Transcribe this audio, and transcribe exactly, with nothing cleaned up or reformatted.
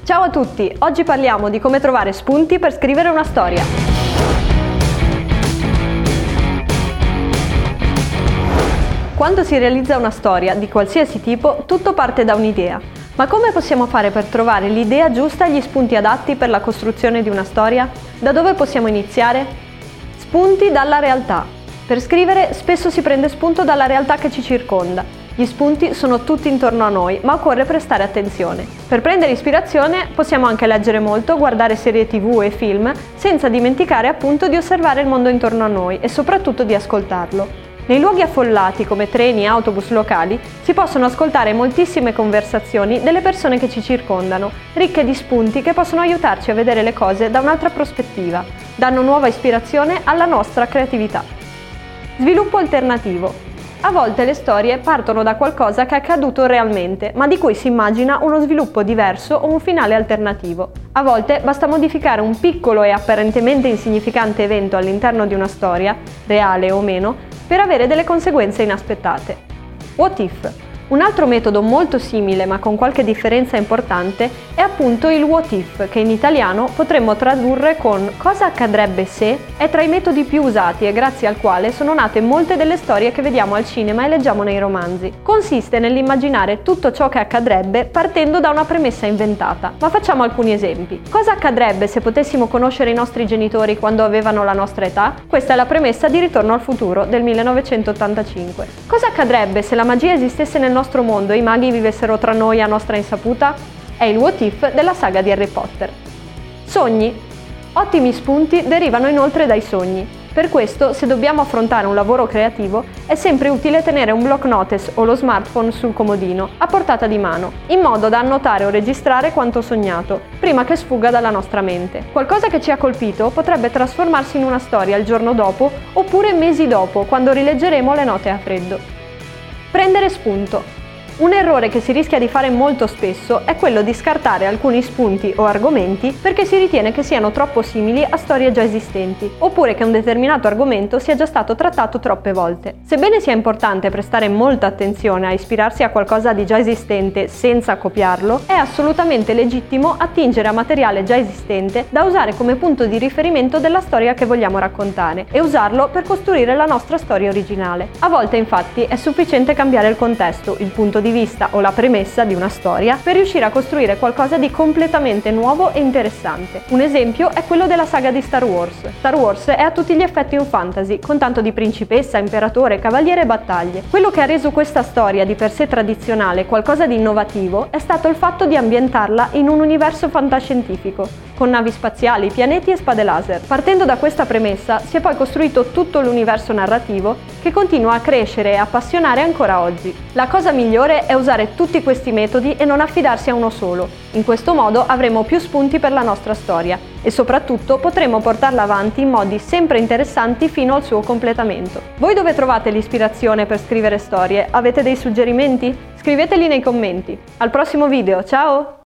Ciao a tutti! Oggi parliamo di come trovare spunti per scrivere una storia. Quando si realizza una storia di qualsiasi tipo, tutto parte da un'idea. Ma come possiamo fare per trovare l'idea giusta e gli spunti adatti per la costruzione di una storia? Da dove possiamo iniziare? Spunti dalla realtà. Per scrivere spesso si prende spunto dalla realtà che ci circonda. Gli spunti sono tutti intorno a noi, ma occorre prestare attenzione. Per prendere ispirazione possiamo anche leggere molto, guardare serie tv e film, senza dimenticare appunto di osservare il mondo intorno a noi e soprattutto di ascoltarlo. Nei luoghi affollati come treni e autobus locali si possono ascoltare moltissime conversazioni delle persone che ci circondano, ricche di spunti che possono aiutarci a vedere le cose da un'altra prospettiva, danno nuova ispirazione alla nostra creatività. Sviluppo alternativo. A volte le storie partono da qualcosa che è accaduto realmente, ma di cui si immagina uno sviluppo diverso o un finale alternativo. A volte basta modificare un piccolo e apparentemente insignificante evento all'interno di una storia, reale o meno, per avere delle conseguenze inaspettate. What if? Un altro metodo molto simile ma con qualche differenza importante è appunto il what if, che in italiano potremmo tradurre con cosa accadrebbe se, è tra i metodi più usati e grazie al quale sono nate molte delle storie che vediamo al cinema e leggiamo nei romanzi. Consiste nell'immaginare tutto ciò che accadrebbe partendo da una premessa inventata, ma facciamo alcuni esempi. Cosa accadrebbe se potessimo conoscere i nostri genitori quando avevano la nostra età? Questa è la premessa di Ritorno al futuro del millenovecentottantacinque. Cosa accadrebbe se la magia esistesse nel nostro mondo e i maghi vivessero tra noi a nostra insaputa? È il what if della saga di Harry Potter. Sogni. Ottimi spunti derivano inoltre dai sogni. Per questo, se dobbiamo affrontare un lavoro creativo, è sempre utile tenere un block notice o lo smartphone sul comodino, a portata di mano, in modo da annotare o registrare quanto sognato, prima che sfugga dalla nostra mente. Qualcosa che ci ha colpito potrebbe trasformarsi in una storia il giorno dopo, oppure mesi dopo, quando rileggeremo le note a freddo. Prendere spunto. Un errore che si rischia di fare molto spesso è quello di scartare alcuni spunti o argomenti perché si ritiene che siano troppo simili a storie già esistenti, oppure che un determinato argomento sia già stato trattato troppe volte. Sebbene sia importante prestare molta attenzione a ispirarsi a qualcosa di già esistente senza copiarlo, è assolutamente legittimo attingere a materiale già esistente da usare come punto di riferimento della storia che vogliamo raccontare e usarlo per costruire la nostra storia originale. A volte, infatti, è sufficiente cambiare il contesto, il punto di vista o la premessa di una storia per riuscire a costruire qualcosa di completamente nuovo e interessante. Un esempio è quello della saga di Star Wars. Star Wars è a tutti gli effetti un fantasy, con tanto di principessa, imperatore, cavaliere e battaglie. Quello che ha reso questa storia di per sé tradizionale qualcosa di innovativo è stato il fatto di ambientarla in un universo fantascientifico, con navi spaziali, pianeti e spade laser. Partendo da questa premessa si è poi costruito tutto l'universo narrativo che continua a crescere e appassionare ancora oggi. La cosa migliore è usare tutti questi metodi e non affidarsi a uno solo. In questo modo avremo più spunti per la nostra storia e soprattutto potremo portarla avanti in modi sempre interessanti fino al suo completamento. Voi dove trovate l'ispirazione per scrivere storie? Avete dei suggerimenti? Scriveteli nei commenti. Al prossimo video, ciao!